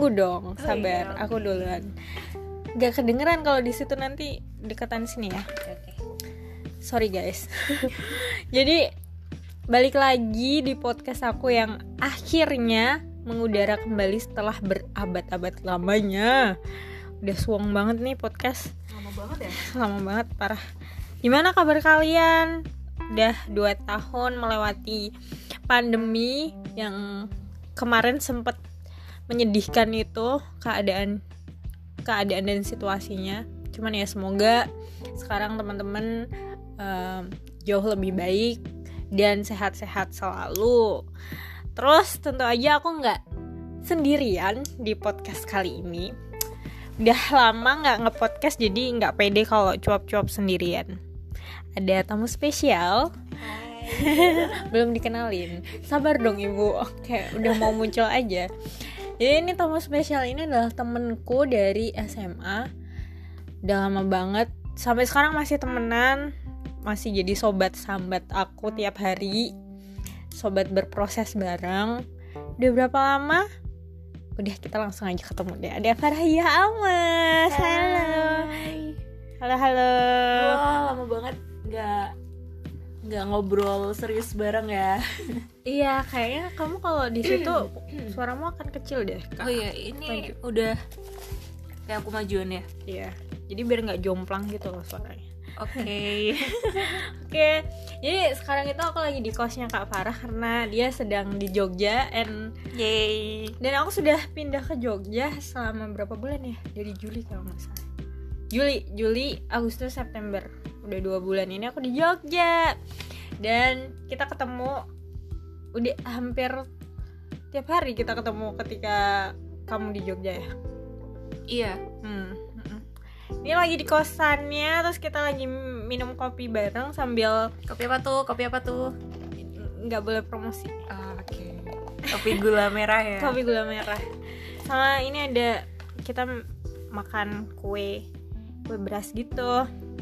Tunggu dong, sabar. iya, Aku duluan. Gak kedengeran kalau di situ, nanti deketan sini ya. Oke. Sorry guys. Jadi balik lagi di podcast aku yang akhirnya mengudara kembali setelah berabad-abad lamanya. Udah suwong banget nih podcast. Lama banget ya? Lama banget, parah. Gimana kabar kalian? Udah 2 tahun melewati pandemi yang kemarin sempet menyedihkan itu keadaan dan situasinya. Cuman ya semoga sekarang teman-teman jauh lebih baik dan sehat-sehat selalu. Terus tentu aja aku nggak sendirian di podcast kali ini. Udah lama nggak nge-podcast, jadi nggak pede kalau cuap-cuap sendirian. Ada tamu spesial. Belum dikenalin. Sabar dong ibu. Kayak udah mau muncul aja. Jadi ini tamu spesial ini adalah temenku dari SMA. Udah lama banget. Sampai sekarang masih temenan. Masih jadi sobat sambat aku tiap hari. Sobat berproses bareng. Udah berapa lama? Udah, kita langsung aja ketemu deh. Ada Farahia Almas. Halo. Halo. Lama banget nggak ngobrol serius bareng ya. Iya, kayaknya kamu kalau di situ suaramu akan kecil deh, Kak. Oh iya, ini Maju. udah kayak aku majuan ya. Iya. Jadi biar nggak jomplang gitu loh suaranya. Oke. Oke, jadi sekarang itu aku lagi di kosnya Kak Farah karena dia sedang di Jogja Yay. dan aku sudah pindah ke Jogja selama berapa bulan ya? Dari Juli kalau nggak salah. Juli, Agustus, September. Udah 2 bulan ini aku di Jogja. Dan kita ketemu udah hampir tiap hari kita ketemu ketika kamu di Jogja ya. Iya. Ini lagi di kosannya, terus kita lagi minum kopi bareng sambil Kopi apa tuh? nggak boleh promosi. Oke. Kopi gula merah ya. Kopi gula merah. Sama ini ada kita makan kue beras gitu.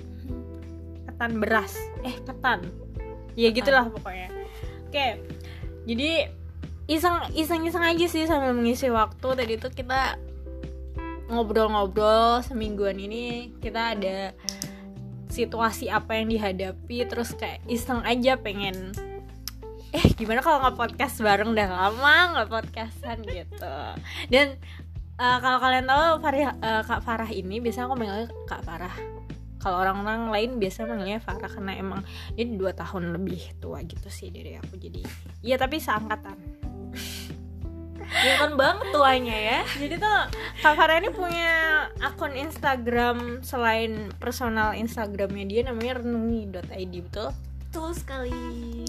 Ketan beras. Ketan. Ya gitulah pokoknya. Oke. Jadi iseng aja sih sambil mengisi waktu. Tadi tuh kita ngobrol-ngobrol semingguan ini, kita ada situasi apa yang dihadapi, terus kayak iseng aja pengen gimana kalau nggak podcast bareng, dah lama nggak podcastan gitu. Dan kalau kalian tahu Kak Farah ini biasanya aku manggilnya Kak Farah. Kalau orang-orang lain biasanya manggilnya Farah karena emang dia 2 tahun lebih tua gitu sih dari aku. Jadi iya, tapi seangkatan. Kelihatan banget tuanya ya. Jadi tuh Kak Farah ini punya akun Instagram selain personal Instagramnya dia, namanya renungi.id, betul? Betul sekali.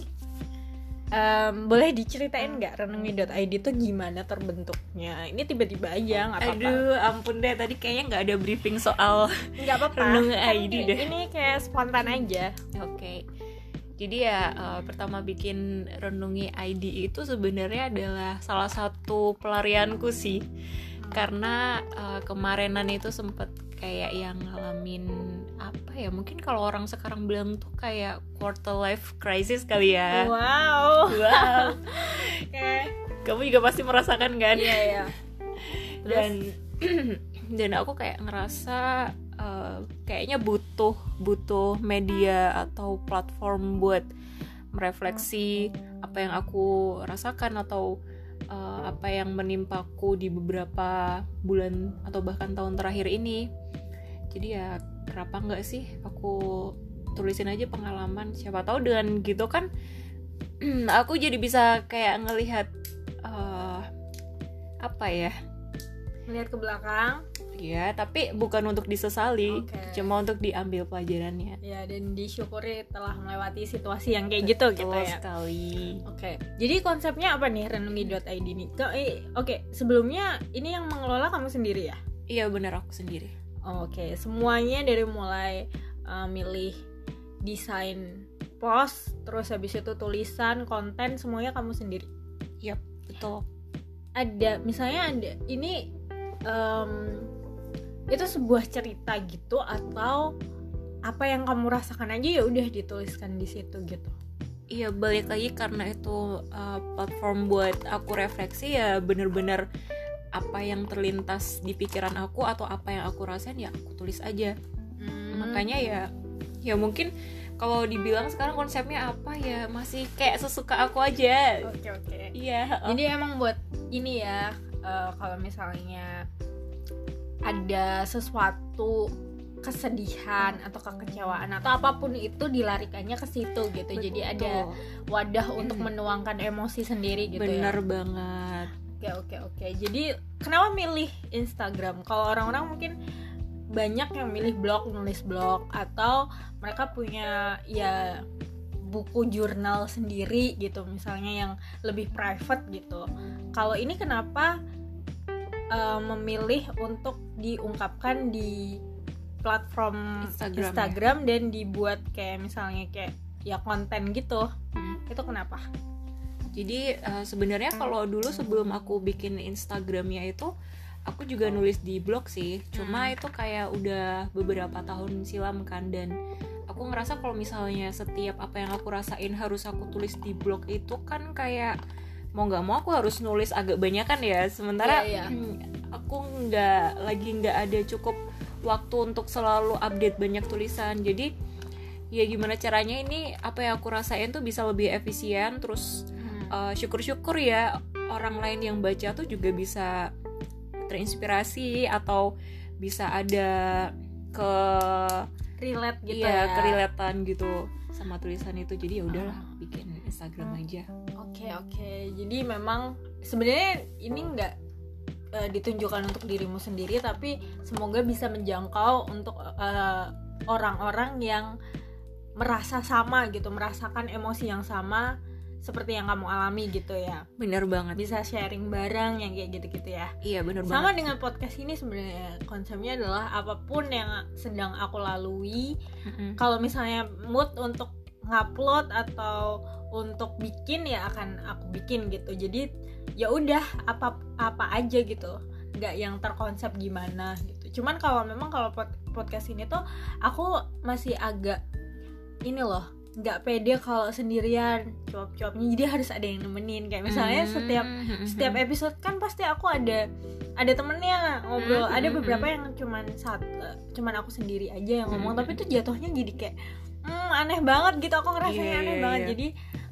Boleh diceritain nggak renungi.id tuh gimana terbentuknya? Ini tiba-tiba aja, nggak apa-apa. Aduh, ampun deh, tadi kayaknya nggak ada briefing soal Nggak apa-apa. Renungi.id deh. Ini kayak spontan aja. Oke. Jadi ya pertama bikin Renungi ID itu sebenarnya adalah salah satu pelarianku sih. Karena kemarinan itu sempet kayak yang ngalamin apa ya, mungkin kalau orang sekarang bilang tuh kayak quarter life crisis kali ya. Wow. Oke. Kamu juga pasti merasakan kan? Iya. Dan aku kayak ngerasa kayaknya butuh media atau platform buat merefleksi apa yang aku rasakan atau apa yang menimpaku di beberapa bulan atau bahkan tahun terakhir ini. Jadi ya kenapa enggak sih aku tulisin aja pengalaman, siapa tahu dengan gitu kan aku jadi bisa kayak ngelihat apa ya, Melihat ke belakang. ya, tapi bukan untuk disesali, cuma untuk diambil pelajarannya. Ya, dan disyukuri telah melewati situasi yang kayak gitu Betul ya. sekali. Oke. Jadi konsepnya apa nih renungi.id ini? Oke, sebelumnya ini yang mengelola kamu sendiri ya? Iya, benar, aku sendiri. Oke, semuanya dari mulai milih desain post, terus habis itu tulisan, konten, semuanya kamu sendiri. Yap, betul. Misalnya ada ini itu sebuah cerita gitu atau apa yang kamu rasakan aja ya udah dituliskan di situ gitu. Iya, balik lagi karena itu platform buat aku refleksi, ya bener-bener apa yang terlintas di pikiran aku atau apa yang aku rasain ya aku tulis aja. Makanya ya mungkin kalau dibilang sekarang konsepnya apa ya masih kayak sesuka aku aja. Oke. Iya. Jadi emang buat ini ya, kalau misalnya ada sesuatu kesedihan atau kekecewaan atau apapun itu dilarikannya ke situ gitu. Betul. Jadi ada wadah untuk menuangkan emosi sendiri gitu. Bener ya. banget. Oke. Jadi kenapa milih Instagram? Kalau orang-orang mungkin banyak yang milih blog, nulis blog, atau mereka punya ya buku jurnal sendiri gitu, misalnya yang lebih private gitu. Kalau ini kenapa memilih untuk diungkapkan di platform Instagram dan dibuat kayak misalnya kayak ya konten gitu? Itu kenapa? Jadi sebenarnya kalau dulu sebelum aku bikin Instagramnya itu aku juga nulis di blog sih, cuma itu kayak udah beberapa tahun silam kan, dan aku ngerasa kalau misalnya setiap apa yang aku rasain harus aku tulis di blog itu kan kayak mau nggak mau aku harus nulis agak banyak kan ya, sementara aku nggak ada cukup waktu untuk selalu update banyak tulisan. Jadi ya gimana caranya ini apa yang aku rasain tuh bisa lebih efisien, terus syukur-syukur ya orang lain yang baca tuh juga bisa terinspirasi atau bisa ada relate gitu kerelataan gitu sama tulisan itu. Jadi ya udahlah bikin Instagram aja. Oke. Jadi memang sebenarnya ini nggak ditunjukkan untuk dirimu sendiri, tapi semoga bisa menjangkau untuk orang-orang yang merasa sama gitu, merasakan emosi yang sama seperti yang kamu alami gitu ya. Bener banget. Bisa sharing bareng yang kayak gitu-gitu ya. Iya bener sama banget. dengan podcast ini sebenarnya konsepnya adalah apapun yang sedang aku lalui, kalau misalnya mood untuk ngupload atau untuk bikin ya akan aku bikin gitu. Jadi ya udah apa aja gitu, nggak yang terkonsep gimana gitu. Cuman kalau memang kalau podcast ini tuh aku masih agak ini loh, nggak pede kalau sendirian cuap-cuapnya, jadi harus ada yang nemenin. Kayak misalnya setiap episode kan pasti aku ada temennya ngobrol. Ada beberapa yang cuman aku sendiri aja yang ngomong, tapi itu jatuhnya jadi kayak aneh banget gitu, aku ngerasanya aneh banget. Jadi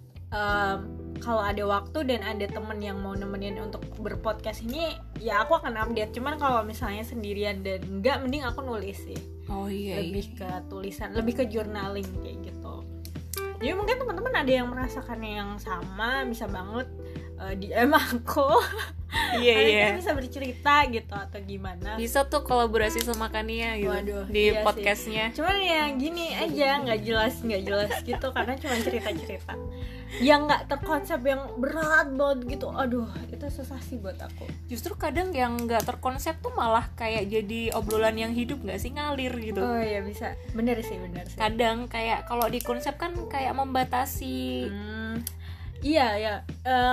kalau ada waktu dan ada temen yang mau nemenin untuk berpodcast ini ya aku akan update. Cuman kalau misalnya sendirian dan enggak, mending aku nulis sih. Lebih ke tulisan, lebih ke journaling kayak gitu. Jadi mungkin teman-teman ada yang merasakannya yang sama, bisa banget DM aku. Kita bisa bercerita gitu atau gimana. Bisa tuh kolaborasi sama Kania gitu. Waduh, di iya podcastnya. Cuman ya gini aja, nggak jelas gitu karena cuma cerita-cerita yang nggak terkonsep, yang berat banget gitu. Aduh, itu susah sih buat aku. Justru kadang yang nggak terkonsep tuh malah kayak jadi obrolan yang hidup nggak sih, ngalir gitu. Oh iya bisa, bener sih. Kadang kayak kalau di konsep kan kayak membatasi. Iya.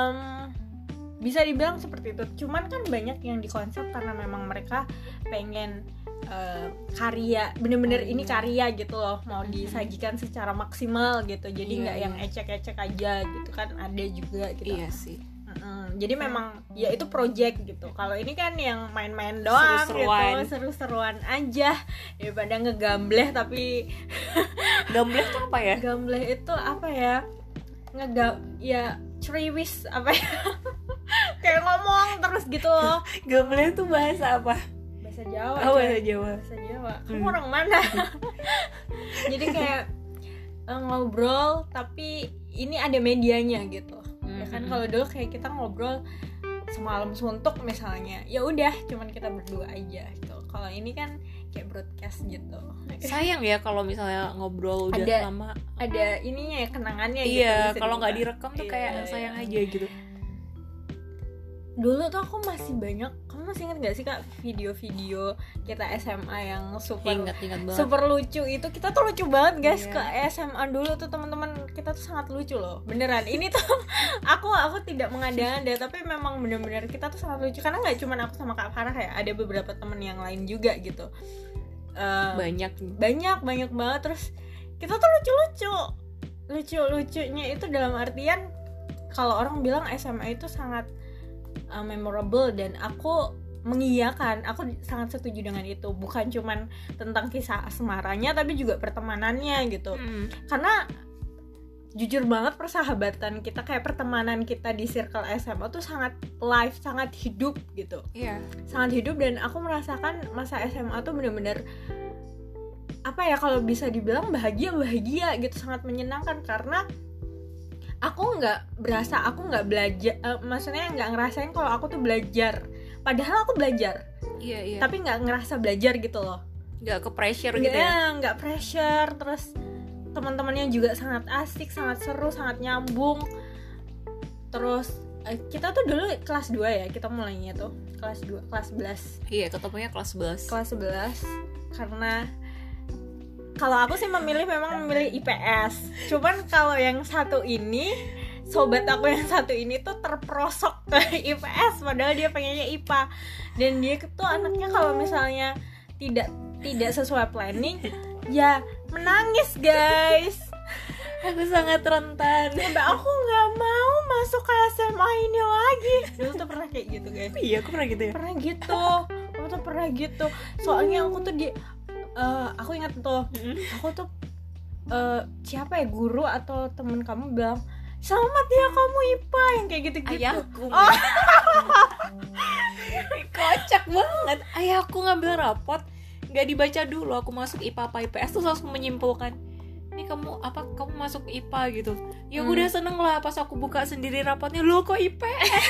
Bisa dibilang seperti itu. Cuman kan banyak yang dikonsep karena memang mereka pengen karya, bener-bener ini karya gitu loh, mau disajikan secara maksimal gitu. Jadi nggak yang ecek-ecek aja gitu kan, ada juga gitu. Iya sih. Jadi memang ya itu project gitu. Kalau ini kan yang main-main doang seru-seruan. gitu, seru-seruan aja daripada ngegambleh. Tapi gambleh tuh apa ya? Gambleh itu apa ya? Ya ceriwis apa ya? Kayak ngomong terus gitu loh. Gambleh tuh bahasa apa? Bahasa Jawa. Bahasa Jawa. Kamu orang mana? Jadi kayak ngobrol tapi ini ada medianya gitu. Ya kan kalau dulu kayak kita ngobrol semalam suntuk misalnya, ya udah cuman kita berdua aja gitu. Kalau ini kan kayak broadcast gitu. Sayang ya kalau misalnya ngobrol udah lama. Ada ininya ya, kenangannya gitu. Iya, kalau nggak direkam tuh kayak sayang aja gitu. Dulu tuh aku masih banyak, kamu masih ingat gak sih Kak, video-video kita SMA yang super lucu itu. Kita tuh lucu banget guys. Ke SMA dulu tuh teman-teman kita tuh sangat lucu loh, beneran. Ini tuh aku tidak mengada-ngada, tapi memang bener-bener kita tuh sangat lucu. Karena gak cuma aku sama Kak Farah ya, ada beberapa temen yang lain juga gitu. Banyak banget. Terus kita tuh lucunya itu dalam artian kalau orang bilang SMA itu sangat memorable dan aku mengiyakan. Aku sangat setuju dengan itu. Bukan cuman tentang kisah asmaranya tapi juga pertemanannya gitu. Karena jujur banget persahabatan kita, kayak pertemanan kita di circle SMA tuh sangat live, sangat hidup gitu. Sangat hidup, dan aku merasakan masa SMA tuh bener-bener apa ya, kalau bisa dibilang bahagia gitu, sangat menyenangkan. Karena aku nggak belajar, maksudnya nggak ngerasain kalau aku tuh belajar, padahal aku belajar, tapi nggak ngerasa belajar gitu loh, nggak ke pressure gitu ya, nggak pressure. Terus teman-temannya juga sangat asik, sangat seru, sangat nyambung. Terus kita tuh dulu kelas 2 ya, kita mulainya tuh kelas 11. Iya, ketemunya kelas 11. Karena kalau aku sih memilih IPS. Cuman kalau yang satu ini, sobat aku yang satu ini tuh terperosok ke IPS padahal dia pengennya IPA. Dan dia tuh anaknya kalau misalnya tidak sesuai planning ya menangis, guys. Aku sangat rentan. Sampai aku nggak mau masuk ke SMA ini lagi. Dulu tuh pernah kayak gitu, guys. Iya, aku pernah gitu ya. Aku tuh pernah gitu. Soalnya aku tuh aku ingat tuh, aku tuh siapa ya, guru atau temen kamu bilang, selamat ya kamu IPA, yang kayak gitu-gitu. Ayahku. Kocak banget. Ayahku ngambil rapot, nggak dibaca dulu, aku masuk IPA apa IPS, terus langsung menyimpulkan, ini kamu masuk IPA gitu. Ya udah seneng lah, pas aku buka sendiri rapotnya, lo kok IPS?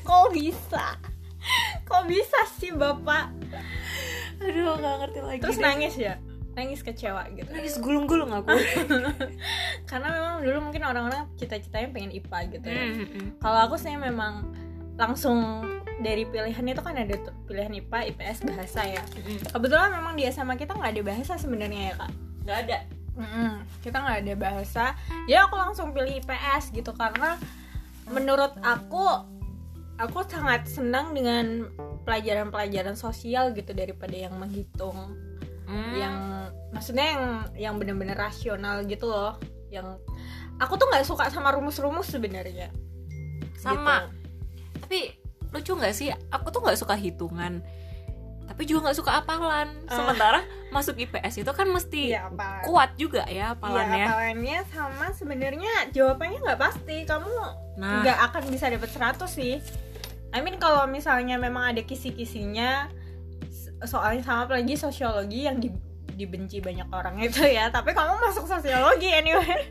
Kok bisa sih bapak? Aduh, nggak ngerti lagi. Terus nangis kecewa gitu, nangis gulung-gulung aku. Karena memang dulu mungkin orang-orang cita-citanya pengen IPA gitu ya. Kalau aku sih memang langsung dari pilihan itu kan ada tuh pilihan IPA, IPS, bahasa ya. Kebetulan memang di SMA kita nggak ada bahasa sebenarnya ya kak. Nggak ada. Kita nggak ada bahasa. Ya aku langsung pilih IPS gitu karena menurut aku sangat senang dengan pelajaran-pelajaran sosial gitu daripada yang menghitung. Yang maksudnya yang benar-benar rasional gitu loh. Yang aku tuh nggak suka sama rumus-rumus sebenarnya. Sama. Gitu. Tapi lucu nggak sih? Aku tuh nggak suka hitungan, tapi juga nggak suka hafalan. Sementara masuk IPS itu kan mesti kuat juga ya hafalannya. Ya, hafalannya sama sebenarnya jawabannya nggak pasti. Kamu nggak akan bisa dapat 100 sih. I mean kalau misalnya memang ada kisi-kisinya, soalnya sama apalagi sosiologi yang dibenci banyak orang itu ya. Tapi kamu masuk sosiologi anyway.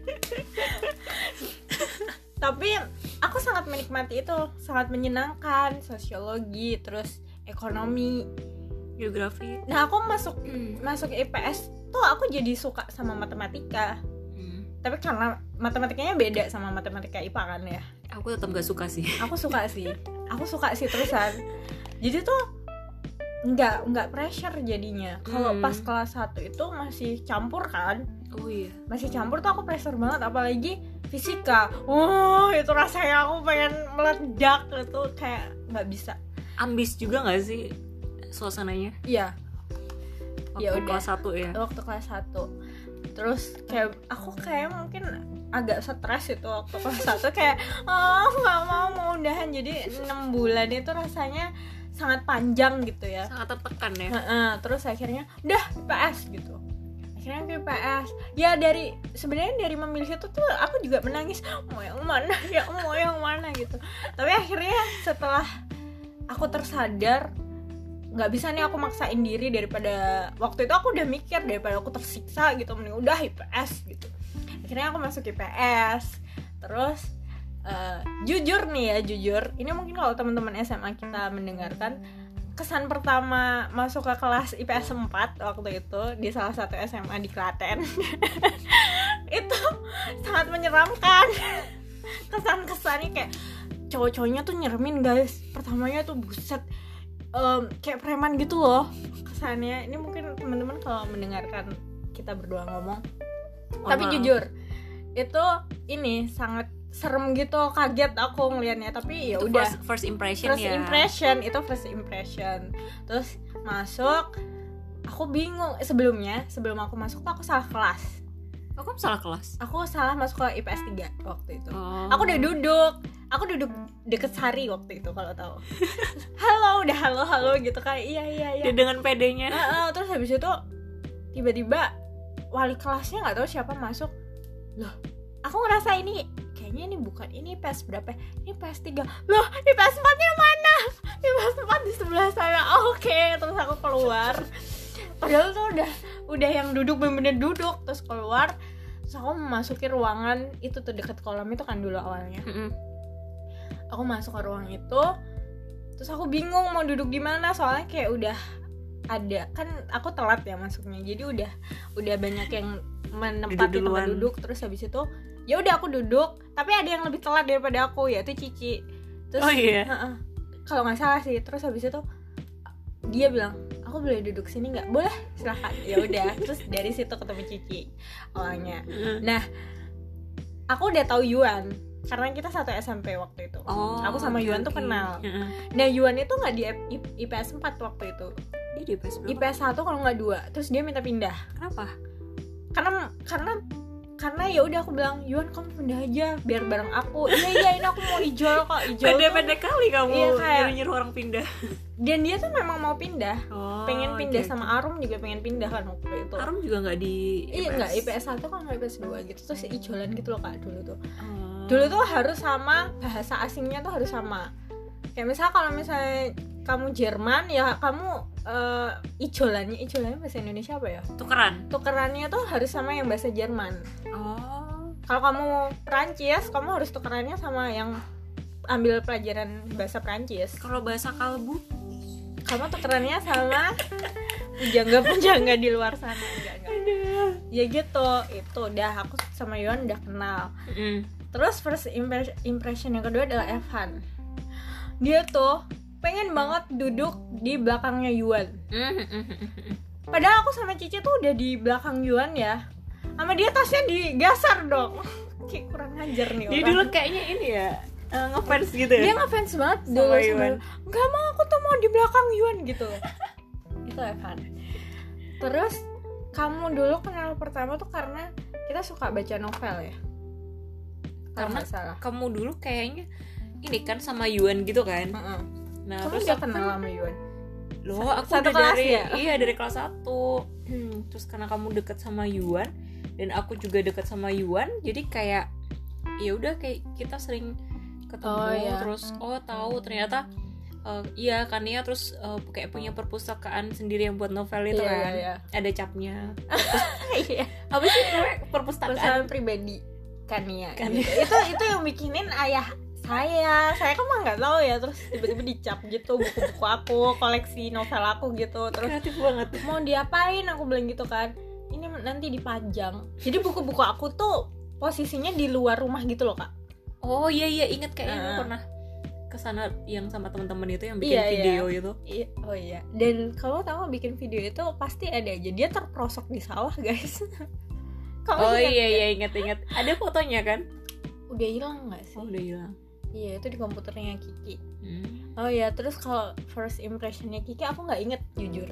Tapi aku sangat menikmati itu, sangat menyenangkan sosiologi, terus ekonomi, geografi. Nah aku masuk IPS tuh aku jadi suka sama matematika. Tapi karena matematikanya beda sama matematika IPA kan ya. Aku tetap gak suka sih. Aku suka sih terusan. Jadi tuh nggak pressure jadinya. Kalau pas kelas 1 itu masih campur kan. Oh iya. Masih campur tuh aku pressure banget, apalagi fisika. Itu rasanya aku pengen meledak gitu, kayak nggak bisa. Ambis juga nggak sih suasananya? Iya. Waktu kelas 1 ya. Waktu kelas 1. Terus kayak aku kayak mungkin agak stres itu waktu kelas 1, kayak nggak mau udahan. Jadi 6 bulan itu rasanya sangat panjang gitu ya. Sangat tertekan ya. Terus akhirnya udah IPS gitu. Akhirnya ke IPS. Ya sebenarnya dari memilih itu tuh aku juga menangis, mau yang mana gitu. Tapi akhirnya setelah aku tersadar nggak bisa nih aku maksain diri, daripada waktu itu aku udah mikir daripada aku tersiksa gitu, mending udah IPS gitu. Akhirnya aku masuk IPS. Terus jujur ini mungkin kalau teman-teman SMA kita mendengarkan, kesan pertama masuk ke kelas IPS 4 waktu itu di salah satu SMA di Klaten itu sangat menyeramkan. Kesan-kesannya kayak cowok-cowoknya tuh nyeremin, guys. Pertamanya tuh buset, kayak preman gitu loh kesannya. Ini mungkin teman-teman kalau mendengarkan kita berdua ngomong, tapi jujur itu ini sangat serem gitu, kaget aku ngelihatnya. Tapi ya udah, first impression. First impression. Terus masuk, aku bingung. Sebelum aku masuk tuh aku salah kelas. Kamu salah kelas? Aku salah masuk ke IPS 3 waktu itu. Aku udah duduk, aku duduk deket Sari waktu itu kalau tahu. Halo, udah halo gitu kayak iya. Dia dengan pedenya. Terus habis itu tiba-tiba wali kelasnya nggak tahu siapa masuk. Loh, aku ngerasa ini kayaknya ini bukan ini PS berapa? Ini PS 3. Loh, ini PS 4-nya mana? Ini PS 4 di sebelah sana. Oke, terus aku keluar. Padahal tuh udah yang duduk bener-bener duduk, terus keluar. Terus aku memasuki ruangan itu tuh deket kolam itu kan dulu awalnya. Aku masuk ke ruang itu, terus aku bingung mau duduk di mana soalnya kayak udah ada kan aku telat ya masuknya, jadi udah banyak yang menempati tempat duduk. Terus habis itu ya udah aku duduk, tapi ada yang lebih telat daripada aku, yaitu Cici. Terus kalau nggak salah sih. Terus habis itu dia bilang, aku boleh duduk sini nggak? Boleh, silakan. Ya udah. Terus dari situ ketemu Cici awalnya. Nah, aku udah tahu Yuan karena kita satu SMP waktu itu. Aku sama Yuan tuh kenal. Nah, Yuan itu nggak di IPS 4 waktu itu. Dia di IPS berapa? IPS 1 kalau nggak 2. Terus dia minta pindah. Kenapa? Karena ya udah aku bilang, Yuan kamu pindah aja biar bareng aku. Iya ini aku mau ijol kok. Pede kali kamu. Iya, kayak nyuruh orang pindah. Dan dia tuh memang mau pindah. Pengen pindah sama Arum juga pengen pindah kan waktu itu. Arum juga nggak di IPS. Iya nggak IPS 1 kan, nggak IPS 2 gitu. Terus ijolan gitu loh Kak dulu tuh. Dulu tuh harus sama, bahasa asingnya tuh harus sama. Kayak misalnya kalau misalnya kamu Jerman ya kamu ijolannya bahasa Indonesia apa ya? Tukerannya tuh harus sama yang bahasa Jerman. Kalau kamu Prancis, kamu harus tukerannya sama yang ambil pelajaran bahasa Prancis. Kalau bahasa kalbu, kamu tukerannya sama pujangga di luar sana. Enggak. Ya gitu, itu udah aku sama Yuan udah kenal. Terus first impression yang kedua adalah Evan. Dia tuh pengen banget duduk di belakangnya Yuan. Padahal aku sama Cici tuh udah di belakang Yuan ya. Sama dia tasnya digasar dong. Kayak kurang ajar nih orang. Dia dulu kayaknya ini ya, ngefans gitu ya. Dia ngefans banget dulu sama Yuan. Gak mau, aku tuh mau di belakang Yuan gitu. Itu Evan. Terus kamu dulu kenal pertama tuh karena kita suka baca novel ya. Karena kamu dulu kayaknya ini kan sama Yuan gitu kan. Nah, kamu terus udah kenal sama Yuan? Loh, aku satu udah kelas ya? Iya, dari kelas 1. Terus karena kamu deket sama Yuan dan aku juga deket sama Yuan, jadi kayak ya udah kayak kita sering ketemu. Terus tahu ternyata iya kan ya, terus kayak punya perpustakaan sendiri yang buat novel itu kan. Ada capnya. Terus apa sih namanya? Perpustakaan pribadi Kania gitu. Itu yang bikinin ayah saya kan mah nggak tahu ya. Terus tiba-tiba dicap gitu buku-buku aku, koleksi novel aku gitu. Terus kreatif banget. Mau diapain aku bilang gitu kan, ini nanti dipajang. Jadi buku-buku aku tuh posisinya di luar rumah gitu loh Kak. Oh iya inget kayaknya pernah kesana yang sama teman-teman itu yang bikin video itu. Oh iya. Dan kalau tahu bikin video itu pasti ada aja dia terperosok di sawah guys. Inget. Ada fotonya kan? Udah hilang nggak sih? Udah hilang. Iya, itu di komputernya Kiki. Oh iya, terus kalau first impressionnya Kiki aku nggak inget jujur.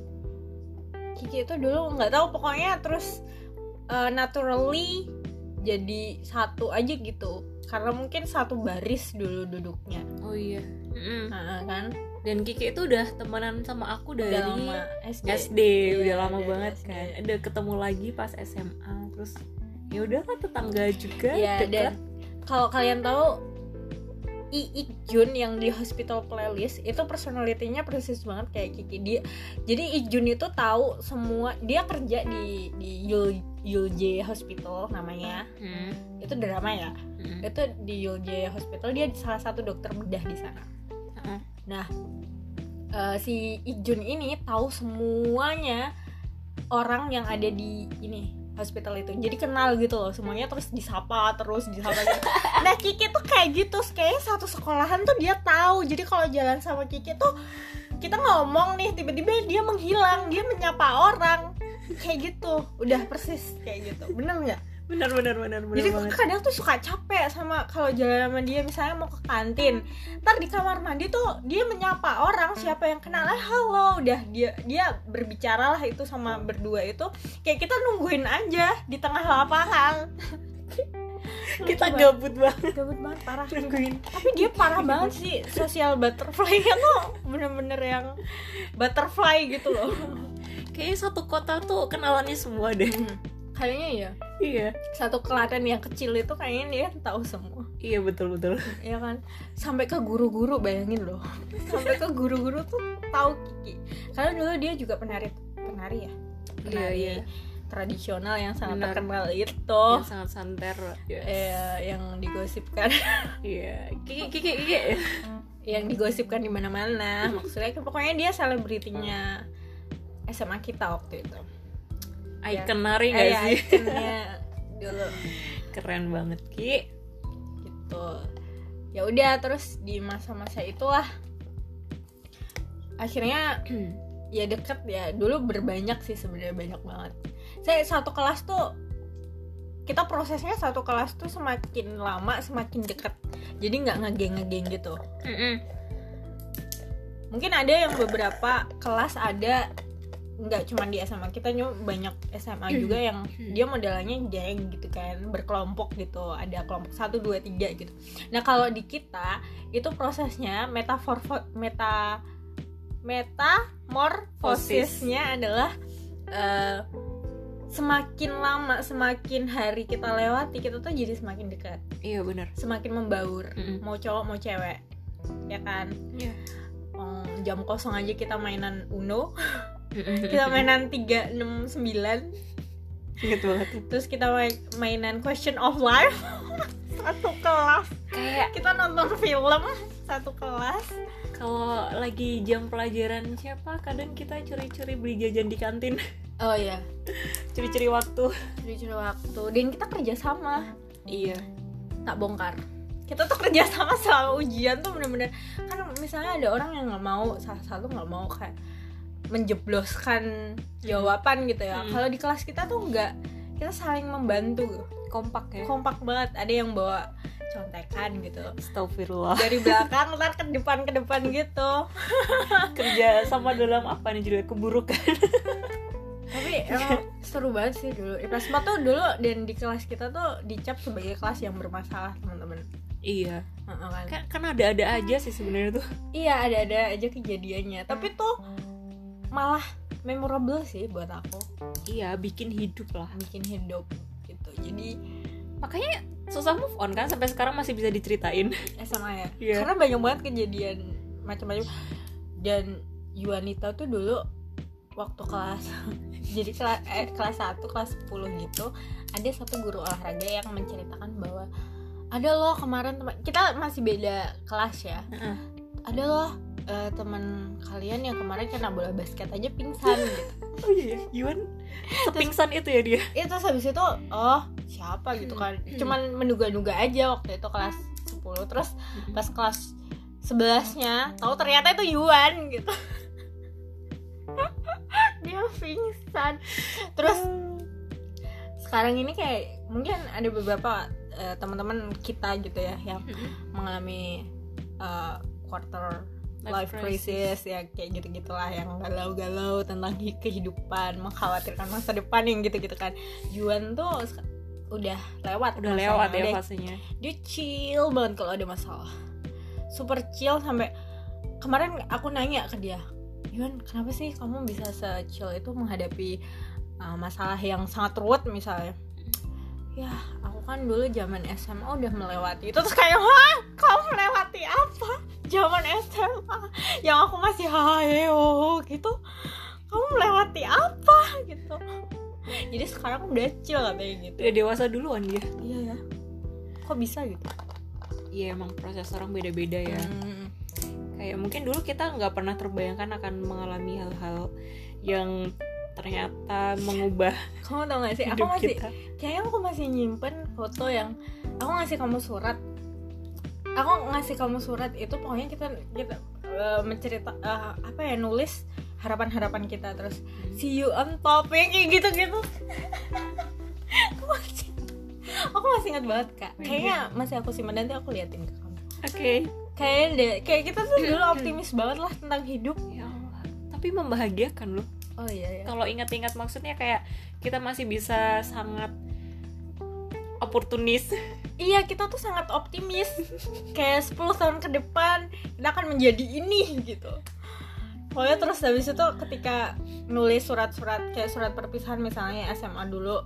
Kiki itu dulu nggak tahu pokoknya, terus naturally jadi satu aja gitu. Karena mungkin satu baris dulu duduknya. Oh iya. Kan? Dan Kiki itu udah temenan sama aku dari lama, SD. Udah lama banget SD. Kan. Udah ketemu lagi pas SMA. Terus ya udah kan tetangga juga. Iya, dan kalau kalian tahu Ikjun yang di Hospital Playlist itu personality-nya persis banget kayak Kiki. Jadi Ikjun itu tahu semua, dia kerja di Yulje Hospital namanya. Itu drama ya. Itu di Yulje Hospital, dia salah satu dokter bedah di sana. Nah, si Ikjun ini tahu semuanya orang yang ada di ini hospital itu, jadi kenal gitu loh semuanya, terus disapa gitu. Nah Kiki tuh kayak gitu, kayaknya satu sekolahan tuh dia tahu. Jadi kalau jalan sama Kiki tuh kita ngomong nih, tiba-tiba dia menghilang, dia menyapa orang kayak gitu, udah persis kayak gitu. Bener nggak? Bener. Jadi aku kadang tuh suka capek sama kalau jalan sama dia, misalnya mau ke kantin, ntar di kamar mandi tuh dia menyapa orang, siapa yang kenal, halo, udah dia berbicara lah itu sama berdua itu, kayak kita nungguin aja di tengah lapangan. Kita gabut banget parah. nungguin. Tapi dia parah banget sih, social butterfly-nya tuh bener-bener yang butterfly gitu loh. Kayaknya satu kota tuh kenalannya semua deh. Kayaknya ya. Iya. Satu Klaten yang kecil itu kayaknya dia tahu semua. Iya betul. Ya kan, sampai ke guru-guru, bayangin loh. Sampai ke guru-guru tuh tahu Kiki. Karena dulu dia juga penari ya. Iya. Tradisional yang sangat Benar. terkenal itu. Yang sangat santer. Yang digosipkan. Iya. Kiki. Yang digosipkan di mana-mana. Maksudnya pokoknya dia selebritinya SMA kita waktu itu. Icon nari nggak sih? Ikonnya dulu. Keren banget Ki. Gitu. Ya udah, terus di masa-masa itulah akhirnya ya deket ya. Dulu berbanyak sih sebenarnya, banyak banget. Saya satu kelas tuh, kita prosesnya satu kelas tuh semakin lama semakin deket. Jadi nggak ngegeng gitu. Mungkin ada yang beberapa kelas ada nggak cuma di SMA kita, banyak SMA juga yang dia modelannya geng gitu kan, berkelompok gitu, ada kelompok 1, 2, 3 gitu. Nah kalau di kita itu prosesnya metamorfosisnya adalah semakin lama, semakin hari kita lewati, kita tuh jadi semakin dekat. Iya benar. Semakin membaur, mau cowok mau cewek, ya kan? Iya. Jam kosong aja kita mainan Uno. Kita mainan 369. Ingat banget. Terus kita mainan Question of Life. Satu kelas. Kayak kita nonton film satu kelas. kalau lagi jam pelajaran siapa, kadang kita curi-curi beli jajan di kantin. Oh iya, Curi-curi waktu. curi-curi waktu. Dan kita kerja sama. Iya. Tak bongkar. Kita tuh kerja sama selama ujian tuh bener-bener. Kan misalnya ada orang yang nggak mau, salah satu nggak mau kayak menjebloskan jawaban gitu ya. Kalau di kelas kita tuh enggak, kita saling membantu, Kompak ya. kompak banget. Ada yang bawa contekan gitu Astagfirullah. dari belakang ntar ke depan gitu. Kerja sama dalam apa nih judulnya, keburukan. Tapi emang seru banget sih dulu. Kelas 4 tuh dulu, dan di kelas kita tuh dicap sebagai kelas yang bermasalah, teman-teman. Iya. Kan? Kan ada-ada aja sih sebenarnya tuh. Iya, ada aja kejadiannya. Tapi tuh malah memorable sih buat aku. Iya, bikin hidup lah. Bikin hidup gitu. Jadi Makanya susah move on kan, sampai sekarang masih bisa diceritain. SMA ya. Iya. Karena banyak banget kejadian macam-macam. Dan Yuanita tuh dulu waktu kelas jadi kelas 1, kelas 10 gitu, ada satu guru olahraga yang menceritakan bahwa ada loh kemarin kita masih beda kelas ya. Ada loh teman kalian yang kemarin kena bola basket aja pingsan gitu. Oh iya, Yuan sepingsan itu ya dia. Terus habis itu siapa gitu kan. Cuman menduga-duga aja waktu itu kelas 10. Terus pas kelas 11-nya tahu ternyata itu Yuan gitu. Dia pingsan. Terus sekarang ini kayak mungkin ada beberapa teman-teman kita gitu ya yang mengalami quarter life crisis ya, kayak gitu-gitulah, yang galau-galau tentang kehidupan, mengkhawatirkan masa depan yang gitu-gitu kan. Juan tuh udah lewat ya fasenya. Dia chill banget kalau ada masalah, super chill. Sampai kemarin aku nanya ke dia, Yuan, kenapa sih kamu bisa se-chill itu menghadapi masalah yang sangat ruwet misalnya? Ya, aku kan dulu zaman SMA udah melewati itu. Terus kayak, kamu melewati apa? Zaman SMA yang aku masih hayo gitu, kamu melewati apa gitu? Jadi sekarang udah chill katanya gitu. Udah dewasa duluan dia. Iya ya, kok bisa gitu? Iya, emang proses orang beda-beda ya. Kayak mungkin dulu kita nggak pernah terbayangkan akan mengalami hal-hal yang ternyata mengubah. Kamu tau gak sih, kayaknya aku masih nyimpen foto yang aku ngasih kamu surat. Aku ngasih kamu surat itu, pokoknya kita nulis harapan-harapan kita, terus see you on top, kayak gitu-gitu. aku masih ingat banget Kak. Kayaknya masih aku simpan, nanti aku liatin ke kamu. Oke. Kayak kita tuh dulu optimis banget lah tentang hidup. Ya Allah. Tapi membahagiakan loh. Oh iya ya. Kalau ingat-ingat maksudnya kayak kita masih bisa sangat oportunis. Iya, kita tuh sangat optimis. Kayak 10 tahun ke depan kita akan menjadi ini gitu. Pokoknya terus habis itu ketika nulis surat-surat kayak surat perpisahan misalnya SMA dulu,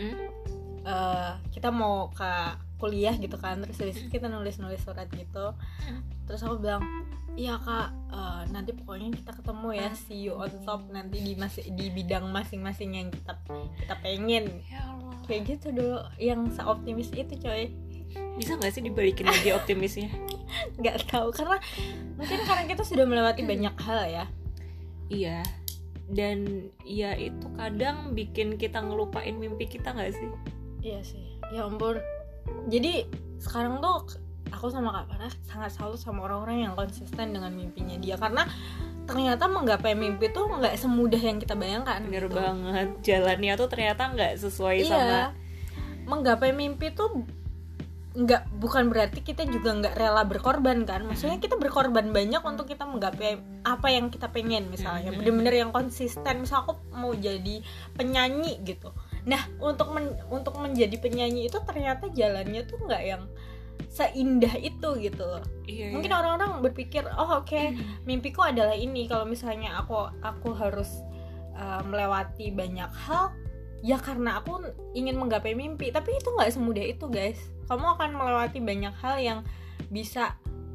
kita mau ke kuliah gitu kan, terus habis itu kita nulis surat gitu. Terus aku bilang, iya kak, nanti pokoknya kita ketemu ya, see you on top nanti di bidang masing-masing yang kita pengen. Ya Allah. Kayak gitu dulu, yang seoptimis itu coy. Bisa nggak sih dibalikin lagi optimisnya? Nggak tahu, karena mungkin karena kita sudah melewati banyak hal ya. Iya. Dan ya itu kadang bikin kita ngelupain mimpi kita nggak sih? Iya sih. Ya ampun. Jadi sekarang tuh aku sama Kak Farah sangat salut sama orang-orang yang konsisten dengan mimpinya dia, karena ternyata menggapai mimpi tuh nggak semudah yang kita bayangkan. Bener gitu. banget. Jalannya tuh ternyata nggak sesuai sama. Menggapai mimpi tuh bukan berarti kita juga nggak rela berkorban kan. Maksudnya kita berkorban banyak untuk kita menggapai apa yang kita pengen. Misalnya bener-bener yang konsisten. Misal aku mau jadi penyanyi gitu. Nah untuk menjadi penyanyi itu ternyata jalannya tuh nggak yang seindah itu gitu loh. Iya, mungkin orang-orang berpikir oke, mimpiku adalah ini. Kalau misalnya aku harus melewati banyak hal ya karena aku ingin menggapai mimpi. Tapi itu nggak semudah itu guys. Kamu akan melewati banyak hal yang bisa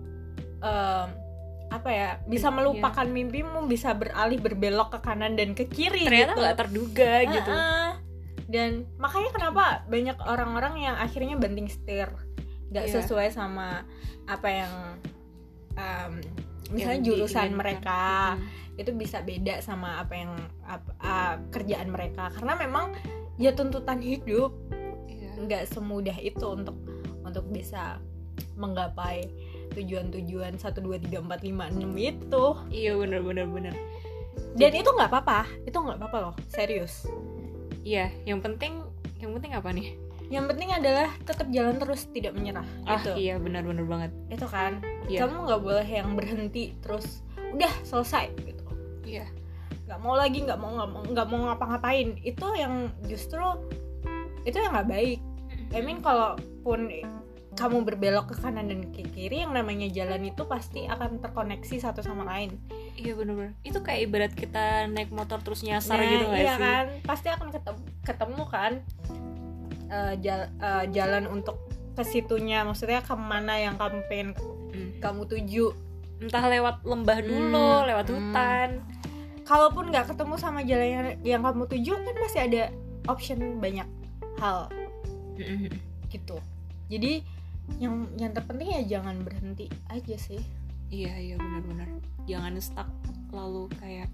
bisa melupakan mimpimu, bisa berbelok ke kanan dan ke kiri. Ternyata gitu. nggak terduga gitu. Dan makanya kenapa banyak orang-orang yang akhirnya banting setir, nggak sesuai sama apa yang misalnya yang jurusan mereka itu bisa beda sama apa yang kerjaan mereka, karena memang ya tuntutan hidup nggak semudah itu untuk bisa menggapai tujuan-tujuan 1, 2, 3, 4, 5, 6 itu. Iya benar. Dan itu nggak apa-apa loh, serius. Iya, yang penting apa nih? Yang penting adalah tetap jalan terus, tidak menyerah. Gitu. Iya benar banget. Itu kan, kamu nggak boleh yang berhenti terus udah selesai gitu. Iya. Nggak mau lagi, nggak mau ngapa-ngapain. Itu yang justru itu yang nggak baik. I mean kalaupun kamu berbelok ke kanan dan ke kiri, yang namanya jalan itu pasti akan terkoneksi satu sama lain. Iya benar. Itu kayak ibarat kita naik motor terus nyasar gitu nggak iya sih? Kan, pasti akan ketemu kan jalan untuk ke situnya. Maksudnya kemana yang kamu pengen kamu tuju. Entah lewat lembah dulu, lewat hutan. Kalaupun nggak ketemu sama jalan yang kamu tuju, kan masih ada option banyak hal. Gitu. Jadi yang terpenting ya jangan berhenti aja sih. Iya benar. Jangan stuck lalu kayak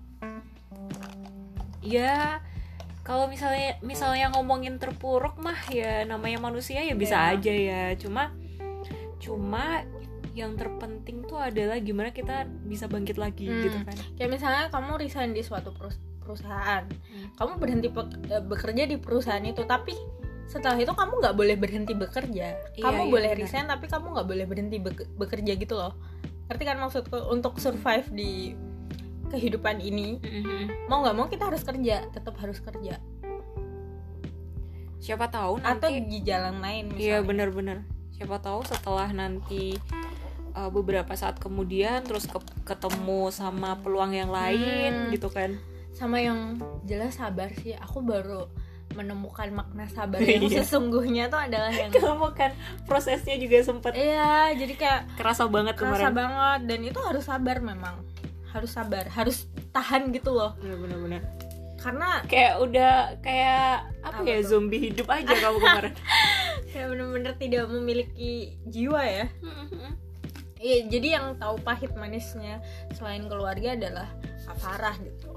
ya kalau misalnya ngomongin terpuruk mah ya namanya manusia ya bisa aja ya. Cuma yang terpenting tuh adalah gimana kita bisa bangkit lagi gitu kan. Kayak misalnya kamu resign di suatu perusahaan. Kamu berhenti bekerja di perusahaan itu, tapi setelah itu kamu nggak boleh berhenti bekerja. Kamu boleh resign, tapi kamu nggak boleh berhenti bekerja gitu loh. Ngerti kan maksudku? Untuk survive di kehidupan ini, mau nggak mau kita harus kerja, tetap harus kerja. Siapa tahu nanti atau di jalan lain misalnya. Iya benar. Siapa tahu setelah nanti beberapa saat kemudian terus ketemu sama peluang yang lain gitu kan. Sama yang jelas sabar sih. Aku baru menemukan makna sabar yang sesungguhnya tuh adalah yang kamu kan prosesnya juga sempet jadi kayak kerasa banget kemarin. Dan itu harus sabar, memang harus sabar, harus tahan gitu loh. Bener. Karena kayak zombie hidup aja kamu kemarin. Kayak bener-bener tidak memiliki jiwa ya. Iya, jadi yang tahu pahit manisnya selain keluarga adalah Kak Farah gitu.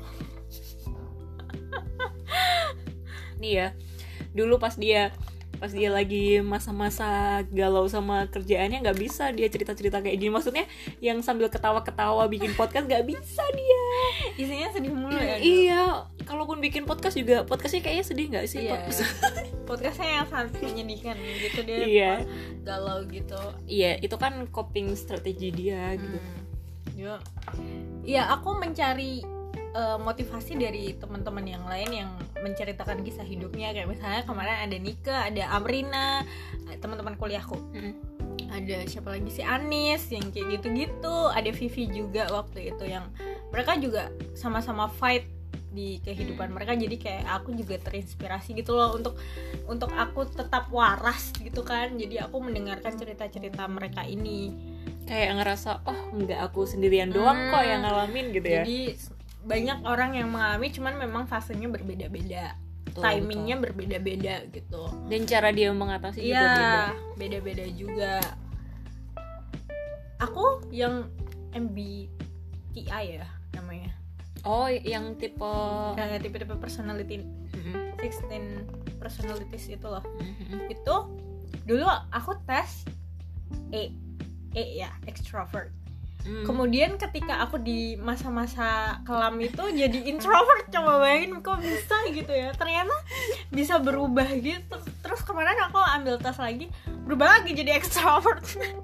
Nih ya, dulu pas dia lagi masa-masa galau sama kerjaannya nggak bisa dia cerita-cerita kayak gini. Maksudnya yang sambil ketawa-ketawa bikin podcast nggak bisa dia. Isinya sedih mulu ya. Iya, kalaupun bikin podcast juga podcastnya kayaknya sedih nggak sih? Iya. Podcastnya yang sangat menyedihkan gitu dia. Iya. Galau gitu. Iya, itu kan coping strategi dia gitu. Iya, aku mencari motivasi dari teman-teman yang lain yang menceritakan kisah hidupnya, kayak misalnya kemarin ada Nika, ada Amrina, teman-teman kuliahku. Ada siapa lagi, si Anis yang kayak gitu-gitu, ada Vivi juga waktu itu, yang mereka juga sama-sama fight di kehidupan mereka. Jadi kayak aku juga terinspirasi gitu loh untuk aku tetap waras gitu kan. Jadi aku mendengarkan cerita-cerita mereka ini, kayak ngerasa oh enggak aku sendirian doang kok yang ngalamin gitu ya. Jadi banyak orang yang mengalami, cuman memang fasenya berbeda-beda, timingnya berbeda-beda gitu, dan cara dia mengatasi juga beda-beda juga. Aku yang MBTI ya namanya. Oh, yang tipe personality 16 personalities itu loh. Itu dulu aku tes E ya, extrovert. Kemudian ketika aku di masa-masa kelam itu jadi introvert. Coba bayangin kok bisa gitu ya. Ternyata bisa berubah gitu. Terus kemarin aku ambil tes lagi, berubah lagi jadi extrovert.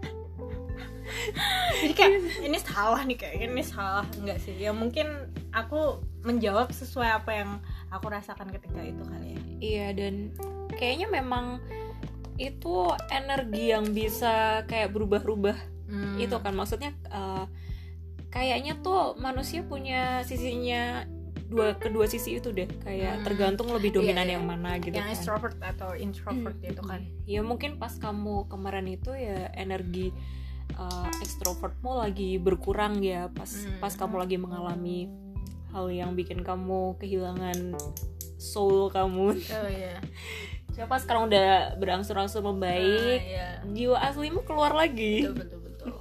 Jadi kayak ini salah nih, kayak ini salah. Enggak sih, ya mungkin aku menjawab sesuai apa yang aku rasakan ketika itu kali ya. Iya, dan kayaknya memang itu energi yang bisa kayak berubah-ubah. Itu kan maksudnya kayaknya tuh manusia punya sisinya kedua sisi itu deh, kayak tergantung lebih dominan yang mana gitu, yang kan. extrovert atau introvert itu kan. Ya mungkin pas kamu kemarin itu ya energi extrovertmu lagi berkurang ya, pas kamu lagi mengalami hal yang bikin kamu kehilangan soul kamu. Oh iya. Siapa sekarang udah berangsur-angsur membaik, jiwa aslimu keluar lagi. Betul.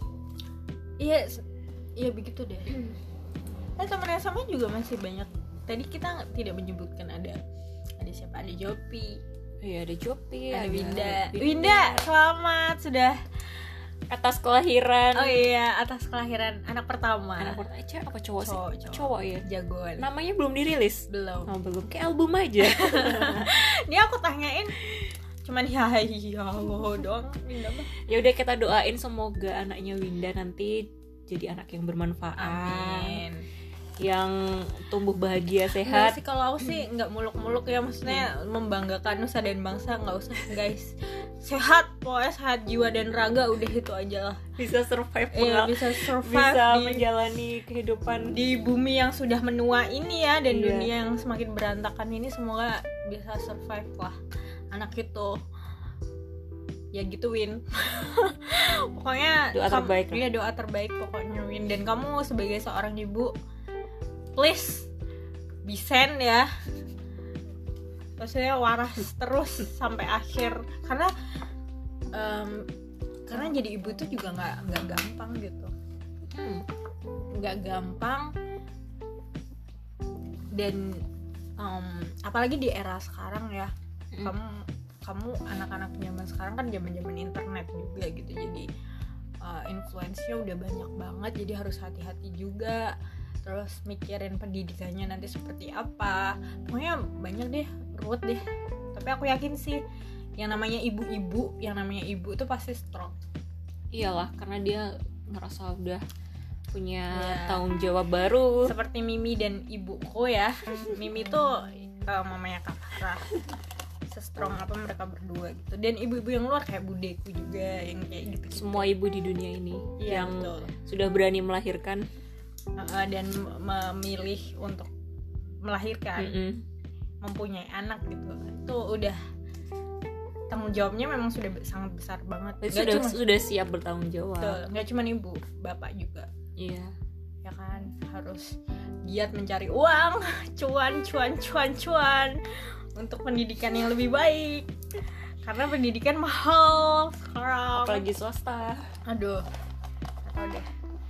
Iya begitu deh. Teman yang sama juga masih banyak. Tadi kita tidak menyebutkan ada siapa? Ada Jopi. Iya, ada Jopi, ada Winda, selamat sudah atas kelahiran. Oh iya, atas kelahiran anak pertama. Cewek apa cowok sih? Cowok ya. Jagoan. Namanya belum dirilis. Belum. Kayak album aja. Dia aku tanyain cuman ya doang. Ya udah, kita doain semoga anaknya Winda nanti jadi anak yang bermanfaat. Amin. Yang tumbuh bahagia, sehat. Nggak sih, kalau aku sih nggak muluk-muluk ya, maksudnya membanggakan nusa dan bangsa nggak usah guys. Sehat, pokoknya sehat jiwa dan raga, udah itu aja lah. Bisa survive, bisa menjalani kehidupan di bumi yang sudah menua ini ya, dan dunia yang semakin berantakan ini, semoga bisa survive lah anak itu. Ya gitu Win. Pokoknya doa terbaik. Iya, doa terbaik pokoknya Win. Dan kamu sebagai seorang ibu, please bisen ya, maksudnya waras terus sampai akhir, karena jadi ibu itu juga nggak gampang gitu, nggak gampang. Dan apalagi di era sekarang ya, kamu anak-anak zaman sekarang kan zaman internet juga gitu, jadi influence-nya udah banyak banget, jadi harus hati-hati juga. Terus mikirin pendidikannya nanti seperti apa, pokoknya banyak deh, ruwet deh. Tapi aku yakin sih yang namanya ibu itu pasti strong. Iyalah, karena dia ngerasa udah punya tanggung jawab baru. Seperti Mimi dan ibuku ya. Mimi tuh mamanya Kak Farah, se-strong apa mereka berdua gitu. Dan ibu-ibu yang luar kayak budeku juga yang kayak gitu. Semua ibu di dunia ini yang betul. Sudah berani melahirkan dan memilih untuk melahirkan, mempunyai anak gitu, itu udah tanggung jawabnya memang sudah sangat besar banget. Sudah siap bertanggung jawab. Nggak cuma ibu, bapak juga. Iya. Ya kan, harus giat mencari uang, cuan untuk pendidikan yang lebih baik. Karena pendidikan mahal sekarang. Apalagi swasta. Aduh, atau deh.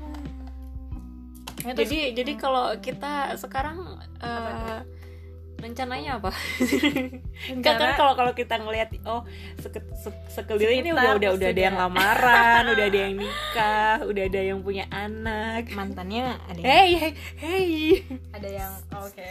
Jadi kalau kita sekarang rencananya apa? Kan kalau kita ngelihat sekeliling ini udah ada yang lamaran, udah ada yang nikah, udah ada yang punya anak. Mantannya ada. Hey. Ada yang oke.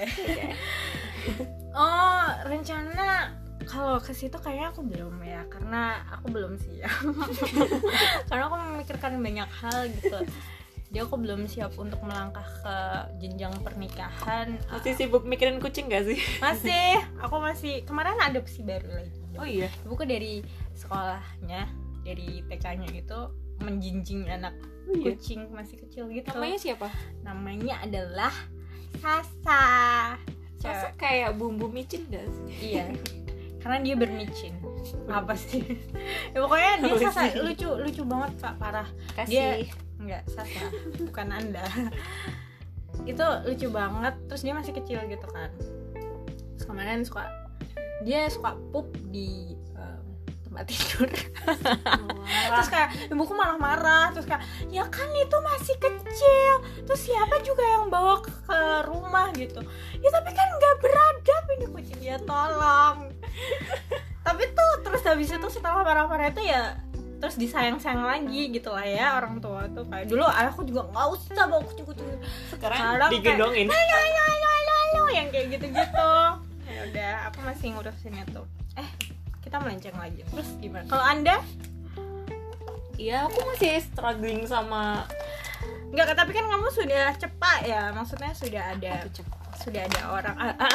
Oh, rencana kalau ke situ kayaknya aku belum ya, karena aku belum siap. Karena aku memikirkan banyak hal gitu. Dia aku belum siap untuk melangkah ke jenjang pernikahan. Masih sibuk mikirin kucing gak sih? Masih, aku masih kemarin adopsi baru lagi. Oh iya. Ibuku dari sekolahnya, dari TK-nya itu menjinjing anak kucing masih kecil gitu. Namanya siapa? Namanya adalah Sasa. Sasa kayak bumbu micin gak sih? Iya. Karena dia bermicin. Apa sih? Ya pokoknya dia Sasa lucu banget Pak, parah. Kasih. Dia enggak Sasa, bukan Anda. Itu lucu banget, terus dia masih kecil gitu kan. Terus kemarin dia suka pup di tempat tidur. Terus kayak ibuku malah marah, terus kayak ya kan itu masih kecil, terus siapa juga yang bawa ke rumah gitu. Ya tapi kan nggak beradab ini kucing, ya tolong. Tapi tuh terus habis itu setelah marah-marah itu ya terus disayang-sayang lagi gitu lah ya orang tua tuh. Kayak dulu ayahku juga nggak usah bawa kucing-kucing, sekarang digendongin yang kayak gitu-gitu. Ya udah, aku masih ngurusin itu. Kita melenceng lagi. Terus gimana? Kalau Anda? Iya, aku masih struggling sama. Enggak, tapi kan kamu sudah cepat ya. Maksudnya sudah ada orang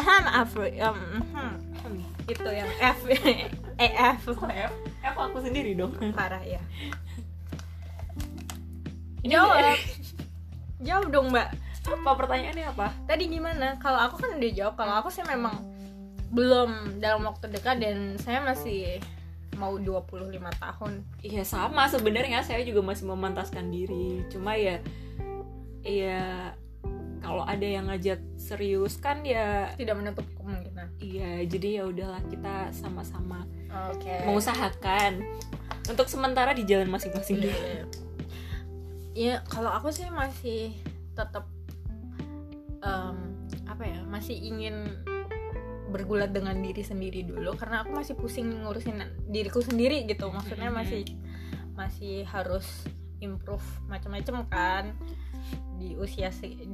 itu yang F F aku sendiri dong. Parah ya. Jawab dong, Mbak. Apa pertanyaannya apa? Tadi gimana? Kalau aku kan udah jawab. Kalau aku sih memang belum dalam waktu dekat, dan saya masih mau 25 tahun. Iya sama sebenarnya, saya juga masih memantaskan diri. Cuma ya kalau ada yang ngajak serius kan ya tidak menutup kemungkinan. Iya, jadi ya udahlah kita sama-sama mengusahakan untuk sementara di jalan masing-masing dulu. Iya, kalau aku sih masih tetap masih ingin bergulat dengan diri sendiri dulu, karena aku masih pusing ngurusin diriku sendiri gitu. Maksudnya masih harus improve macam-macam kan di usia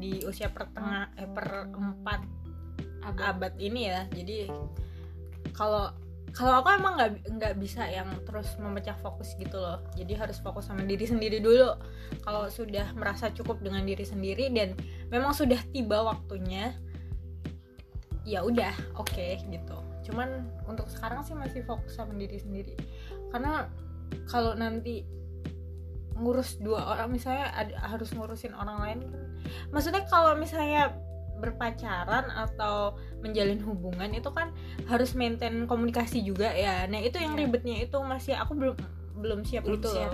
perempat abad ini ya. Jadi kalau aku emang nggak bisa yang terus memecah fokus gitu loh. Jadi harus fokus sama diri sendiri dulu. Kalau sudah merasa cukup dengan diri sendiri dan memang sudah tiba waktunya, ya udah oke, gitu. Cuman untuk sekarang sih masih fokus sama diri sendiri. Karena kalau nanti ngurus dua orang, misalnya harus ngurusin orang lain kan. Maksudnya kalau misalnya berpacaran atau menjalin hubungan itu kan harus maintain komunikasi juga ya. Nah itu yang ribetnya itu masih aku belum siap itu loh.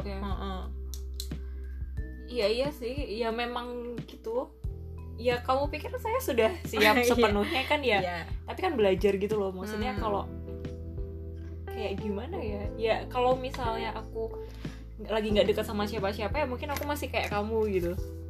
Ya. Iya sih, ya memang gitu. Ya kamu pikir saya sudah siap sepenuhnya kan ya? Tapi kan belajar gitu loh. Maksudnya kalau kayak gimana ya? Ya kalau misalnya aku lagi nggak dekat sama siapa-siapa ya mungkin aku masih kayak kamu gitu.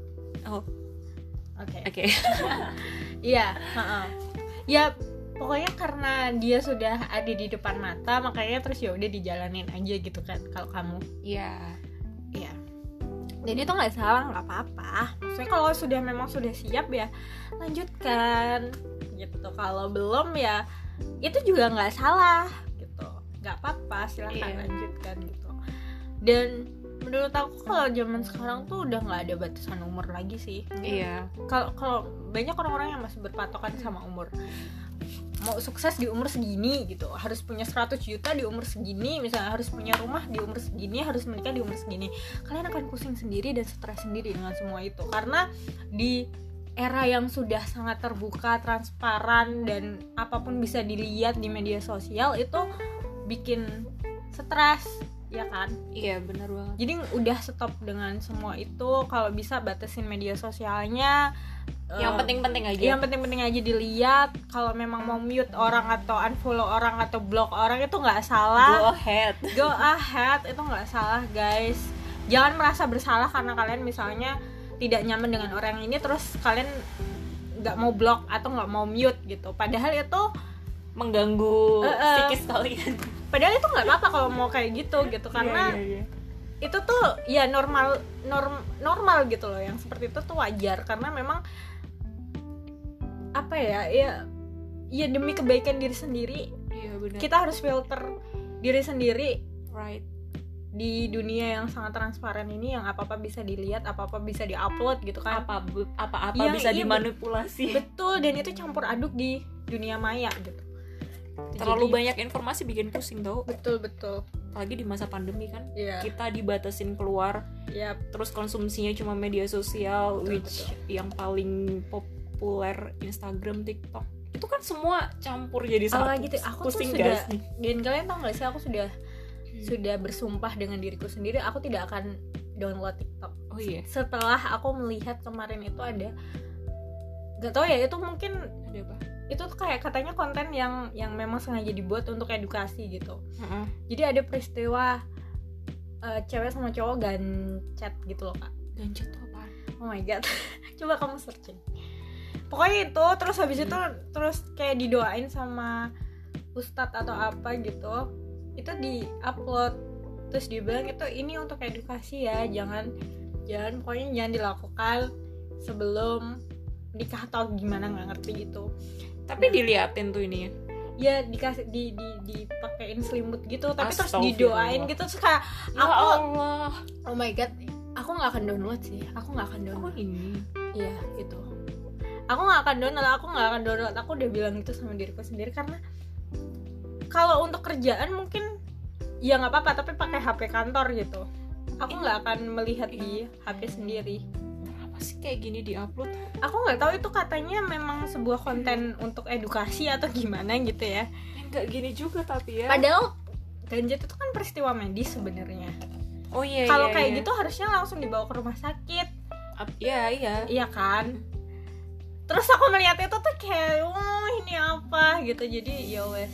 Oke. Iya, ya pokoknya karena dia sudah ada di depan mata, makanya terus ya udah dijalanin aja gitu kan. Kalau kamu, iya. Jadi itu nggak salah, nggak apa-apa. Maksudnya kalau memang sudah siap ya lanjutkan gitu. Kalau belum ya itu juga nggak salah gitu, nggak apa-apa, silahkan lanjutkan gitu. Dan menurut aku kalau zaman sekarang tuh udah nggak ada batasan umur lagi sih. Iya. Kalau banyak orang-orang yang masih berpatokan sama umur. Mau sukses di umur segini gitu, harus punya 100 juta di umur segini, misalnya harus punya rumah di umur segini, harus menikah di umur segini. Kalian akan pusing sendiri dan stres sendiri dengan semua itu. Karena di era yang sudah sangat terbuka, transparan, dan apapun bisa dilihat di media sosial, itu bikin stres, ya kan? Iya, benar banget. Jadi udah stop dengan semua itu. Kalau bisa batasin media sosialnya. Yang penting-penting aja. Yang penting-penting aja dilihat. Kalau memang mau mute orang atau unfollow orang atau block orang itu nggak salah. Go ahead, itu nggak salah guys. Jangan merasa bersalah karena kalian misalnya tidak nyaman dengan orang ini terus kalian nggak mau block atau nggak mau mute gitu. Padahal itu mengganggu psikis kalian. Padahal itu nggak apa-apa kalau mau kayak gitu karena itu tuh ya normal gitu loh. Yang seperti itu tuh wajar karena memang apa ya demi kebaikan diri sendiri. Iya benar. Kita harus filter diri sendiri, right? di dunia yang sangat transparan ini, yang apa-apa bisa dilihat, apa-apa bisa diupload gitu kan, apa-apa Yang bisa iya, dimanipulasi. betul, dan itu campur aduk di dunia maya gitu. Terlalu Jadi, banyak informasi bikin pusing tau. betul Apalagi di masa pandemi kan, Iya. kita dibatasin keluar, ya terus konsumsinya cuma media sosial, Betul, which yang paling populer Instagram, TikTok, itu kan semua campur jadi satu. gitu. Aku tuh Pusing sudah, gak sih? dan kalian tau gak sih, aku sudah bersumpah dengan diriku sendiri, aku tidak akan download TikTok. Oh iya, Setelah aku melihat kemarin itu ada, gak tau ya, itu mungkin ada apa? itu tuh kayak katanya konten yang memang sengaja dibuat untuk edukasi gitu. Heeh. Jadi ada peristiwa cewek sama cowok gancet gitu loh, Kak. Gancet tuh apaan? Oh my god. Coba kamu searching. Pokoknya itu, terus habis itu terus kayak didoain sama ustadz atau apa gitu. Itu di-upload. Terus dia bilang itu ini untuk edukasi ya, jangan pokoknya jangan dilakukan sebelum nikah atau gimana, nggak ngerti gitu. Tapi diliatin tuh ini Ya dikasih dipakein selimut gitu, tapi terus Astagfirullah. didoain gitu, terus kayak ya aku Allah. oh my god, aku nggak akan download sih, aku nggak akan Oh download. ini Iya gitu, aku nggak akan download, aku udah bilang itu sama diriku sendiri, karena kalau untuk kerjaan mungkin ya nggak apa-apa, tapi pakai HP kantor gitu, aku nggak akan melihat di HP sendiri. apa sih kayak gini diupload? Aku nggak tahu itu katanya memang sebuah konten untuk edukasi atau gimana gitu ya. Nggak gini juga tapi ya. Padahal ganjet itu kan peristiwa medis sebenarnya. Oh iya. Kalau iya, kayak iya. gitu harusnya langsung dibawa ke rumah sakit, Iya. iya kan? Terus aku melihat itu tuh kayak, oh ini apa gitu. Jadi ya wes.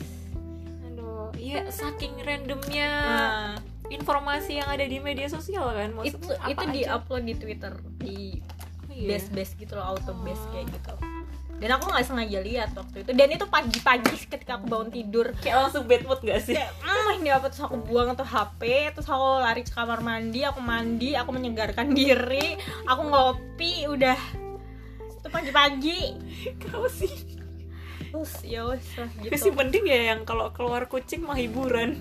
Aduh, iya saking randomnya Nah, informasi yang ada di media sosial kan. Maksudnya itu apa di aja? upload di Twitter, di Oh, iya. base gitu loh, auto base kayak gitu. Dan aku nggak sengaja lihat waktu itu. Dan itu pagi-pagi ketika aku bangun tidur. Kayak langsung bad mood gak sih? Kayak, ini apa, terus aku buang tuh HP, terus aku lari ke kamar mandi, aku menyegarkan diri, aku ngopi, udah. Itu pagi-pagi. Kau sih. Terus ya wes lah gitu. Masih mending ya yang kalau keluar kucing mah hiburan.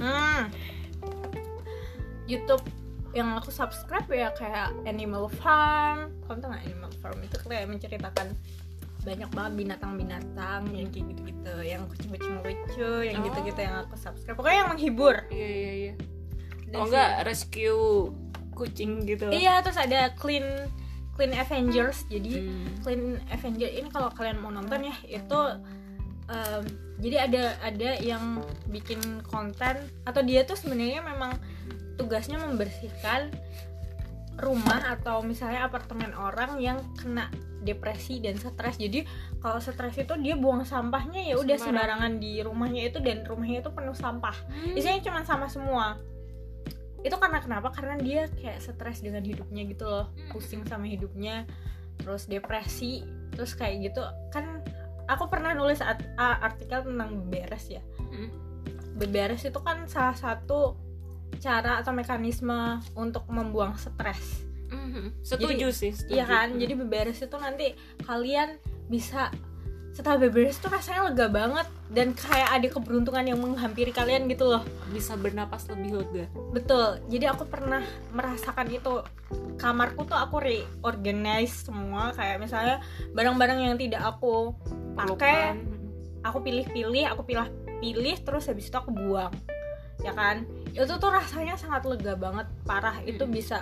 YouTube yang aku subscribe ya kayak Animal Farm. Kamu tau gak Animal Farm? Itu kayak menceritakan banyak banget binatang-binatang yang kayak gitu-gitu, yang kucing-kucing lucu, yang gitu-gitu yang aku subscribe. Pokoknya yang menghibur. Iya. Dan Oh enggak rescue kucing gitu. Iya, terus ada Clean Avengers. Jadi Hmm. Clean Avengers ini kalau kalian mau nonton ya, itu jadi ada yang bikin konten, atau dia tuh sebenarnya memang tugasnya membersihkan rumah atau misalnya apartemen orang yang kena depresi dan stres. Jadi kalau stres itu dia buang sampahnya ya udah sembarangan di rumahnya itu, dan rumahnya itu penuh sampah. Isinya cuma sampah semua. Itu karena kenapa? Karena dia kayak stres dengan hidupnya gitu loh, pusing sama hidupnya, terus depresi, terus kayak gitu kan. Aku pernah nulis artikel tentang beberes ya. Beberes itu kan salah satu cara atau mekanisme untuk membuang stres. Setuju sih. Iya kan? Jadi beberes itu nanti kalian bisa, setelah beberes itu rasanya lega banget, dan kayak ada keberuntungan yang menghampiri kalian gitu loh. Bisa bernapas lebih lega. Betul. Jadi aku pernah merasakan itu. Kamarku tuh aku reorganize semua, kayak misalnya barang-barang yang tidak aku pakai, aku pilih-pilih, terus habis itu aku buang. Ya kan? Itu tuh rasanya sangat lega banget, parah. Itu bisa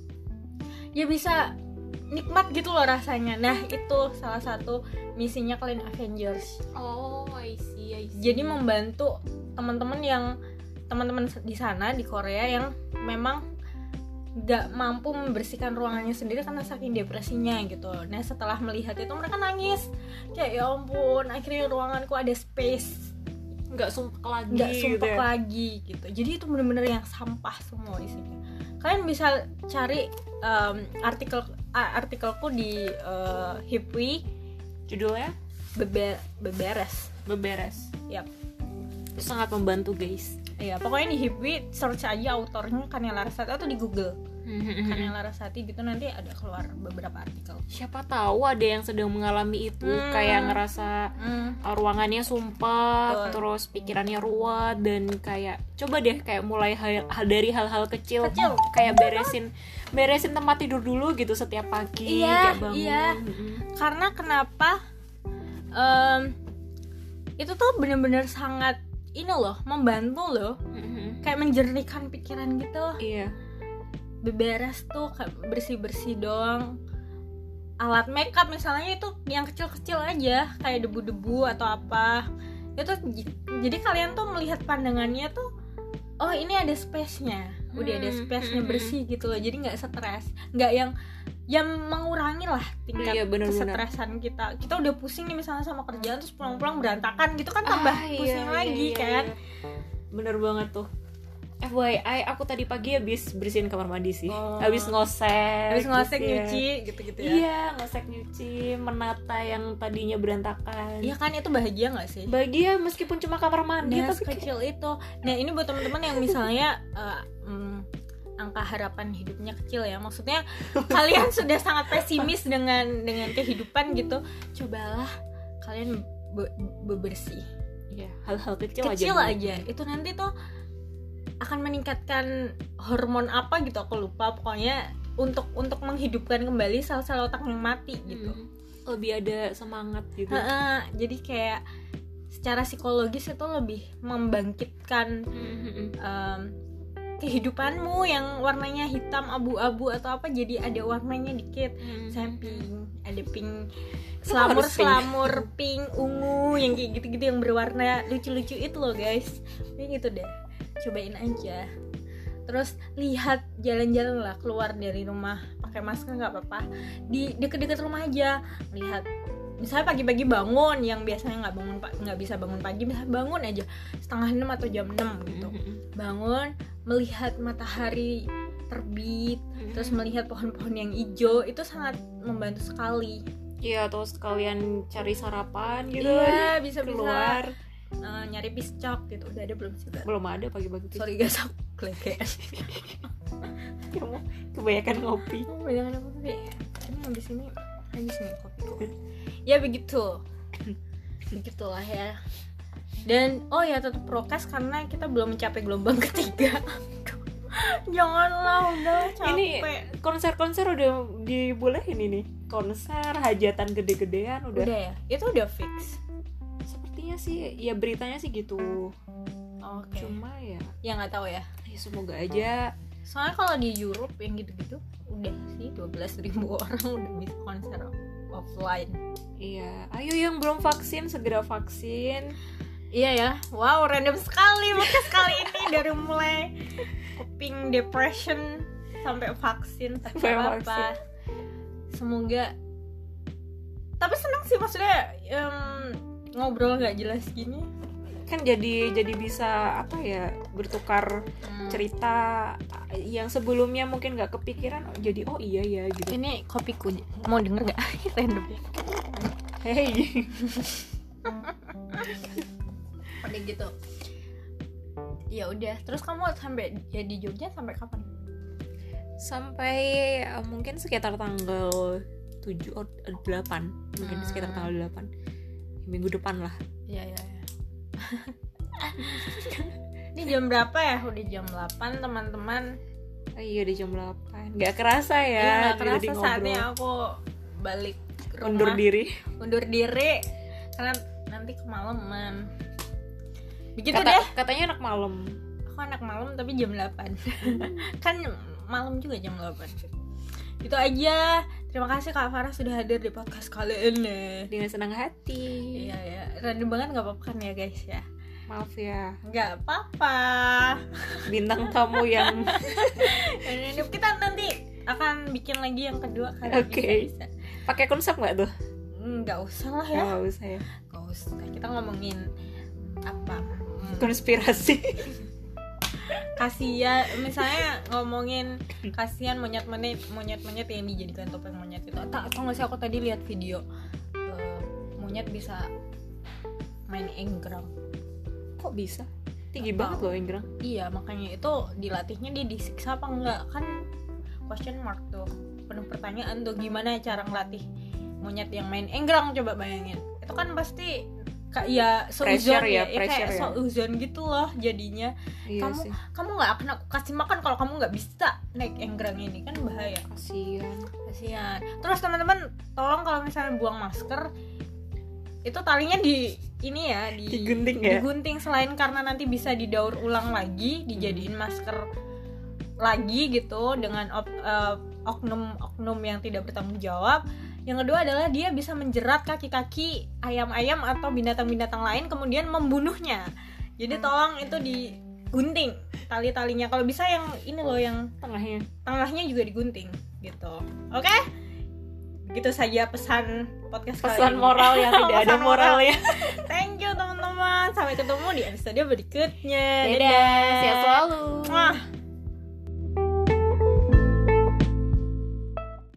nikmat gitu loh rasanya. Nah, itu salah satu misinya Clean Avengers. Oh, I see. Jadi membantu teman-teman di sana di Korea yang memang gak mampu membersihkan ruangannya sendiri karena saking depresinya gitu. Nah, setelah melihat itu mereka nangis, kayak ya ampun, akhirnya ruanganku ada space, nggak sumpek lagi gitu. Jadi itu benar-benar yang sampah semua isinya. Kalian bisa cari artikelku di Hipwi, judulnya beberes. Yap. Itu sangat membantu guys. Iya, pokoknya di Hipwi search aja autornya Kania Larasati atau di Google. Karena Larasati gitu, nanti ada keluar beberapa artikel. Siapa tahu ada yang sedang mengalami itu, kayak ngerasa ruangannya sumpah, terus pikirannya ruwet, dan kayak coba deh kayak mulai dari hal-hal kecil. Kayak beresin tempat tidur dulu gitu setiap pagi, kayak bangun. Iya. Karena kenapa itu tuh benar-benar sangat ini loh, membantu loh, kayak menjernihkan pikiran gitu. Iya. Beberes tuh kayak bersih-bersih doang. Alat makeup misalnya itu yang kecil-kecil aja, kayak debu-debu atau apa. Itu jadi kalian tuh melihat pandangannya tuh, oh ini ada space-nya. Udah ada space-nya bersih gitu loh. Jadi enggak stres, enggak yang mengurangi lah tingkat kesetresan kita. Kita udah pusing nih misalnya sama kerjaan, terus pulang-pulang berantakan gitu kan, tambah pusing lagi kan. Bener banget tuh. FYI, aku tadi pagi habis bersihin kamar mandi sih. Habis ngosek nyuci gitu-gitu ya. Iya, ngosek nyuci, menata yang tadinya berantakan. Iya kan, itu bahagia enggak sih? Bahagia meskipun cuma kamar mandi tapi kecil itu. Nah, ini buat teman-teman yang misalnya angka harapan hidupnya kecil ya. Maksudnya kalian sudah sangat pesimis dengan kehidupan gitu. Cobalah kalian bebersih. Iya, hal-hal kecil aja. Itu nanti tuh akan meningkatkan hormon apa gitu, aku lupa, pokoknya untuk menghidupkan kembali sel-sel otak yang mati gitu. Lebih ada semangat gitu. Jadi kayak secara psikologis itu lebih membangkitkan kehidupanmu yang warnanya hitam abu-abu atau apa, jadi ada warnanya dikit. Misalnya pink, ada pink, selamur pink, ungu, yang kayak gitu-gitu yang berwarna lucu-lucu itu loh guys. Kayak gitu deh. Cobain aja. Terus lihat, jalan-jalan lah, keluar dari rumah pakai masker nggak apa-apa, di deket-deket rumah aja. Lihat, misalnya pagi-pagi bangun, yang biasanya nggak bisa bangun pagi, misalnya bangun aja 5:30 atau jam 6 gitu. Bangun, melihat matahari terbit, terus melihat pohon-pohon yang hijau, itu sangat membantu sekali. Iya, terus kalian cari sarapan gitu. Iya, bisa keluar. Nyari piscok gitu. Udah ada belum sih? Belum ada pagi-pagi piscok. Sorry guys, aku kelekean. Kamu kebanyakan ngopi. Ini habis nih kopi. Ya begitu. Begitulah ya. Dan tetap prokes karena kita belum mencapai gelombang ketiga. Janganlah, udah capek. Ini konser-konser udah dibolehin ini. Konser, hajatan gede-gedean udah ya? Itu udah fix. Sepertinya sih, ya beritanya sih gitu. Oke. Cuma ya nggak tahu ya. Semoga aja. Soalnya kalau di Europe yang gitu-gitu udah sih 12.000 orang udah bisa konser offline. Iya, ayo yang belum vaksin segera vaksin. Iya ya. Wow, random sekali podcast kali ini, dari mulai coping depression sampai vaksin. Apa. Semoga. Tapi senang sih, maksudnya ngobrol nggak jelas gini kan jadi bisa apa ya, bertukar cerita yang sebelumnya mungkin nggak kepikiran, jadi oh iya ya gitu. Ini kopiku, mau denger nggak? Random. Hey. Udah gitu. Ya udah, terus kamu sampai di Jogja sampai kapan? Sampai mungkin sekitar tanggal 7 atau 8, mungkin sekitar tanggal 8, minggu depan lah. Iya. Ini jam berapa ya? Udah jam 8 teman-teman. Iya, udah jam 8. Gak kerasa ya. Iya, gak kerasa saatnya aku balik ke rumah. Undur diri karena nanti kemalaman. Begitu deh. Katanya anak malam. Aku anak malam tapi jam 8. Kan malam juga jam 8. Itu aja. Terima kasih Kak Farah sudah hadir di podcast kali ini. Dengan senang hati. Iya ya. Random banget, nggak apa-apa kan ya guys ya. Maaf ya. Nggak apa-apa. Bintang tamu yang. Kita nanti akan bikin lagi yang kedua kali. Oke. Pakai konsep nggak tuh? Nggak usah lah ya. Nggak usah ya. Nggak usah. Kita ngomongin apa? Konspirasi. Kasian, misalnya ngomongin kasihan monyet-monyet yang dijadikan topeng monyet itu. Atau nggak sih, aku tadi lihat video monyet bisa main enggrang. Kok bisa? Tinggi banget loh enggrang. Iya, makanya itu dilatihnya dia disiksa apa enggak kan. question mark tuh, penuh pertanyaan tuh, gimana cara ngelatih monyet yang main enggrang, coba bayangin. Itu kan pasti kayak seuzon ya, kayak seuzon gitu loh jadinya. Iya kamu nggak akan aku kasih makan kalau kamu nggak bisa naik enggrang ini, kan bahaya. Kasian. Terus teman-teman tolong kalau misalnya buang masker itu talinya digunting selain karena nanti bisa didaur ulang lagi, dijadiin masker lagi gitu dengan oknum yang tidak bertanggung jawab. Yang kedua adalah dia bisa menjerat kaki-kaki ayam-ayam atau binatang-binatang lain kemudian membunuhnya. Jadi tolong itu digunting tali-talinya. Kalau bisa yang ini loh, yang tengahnya juga digunting gitu. Oke? Begitu saja pesan podcast kali ini. Pesan moral yang tidak ada moralnya. Thank you teman-teman. Sampai ketemu di episode berikutnya. Dadah. Sehat selalu.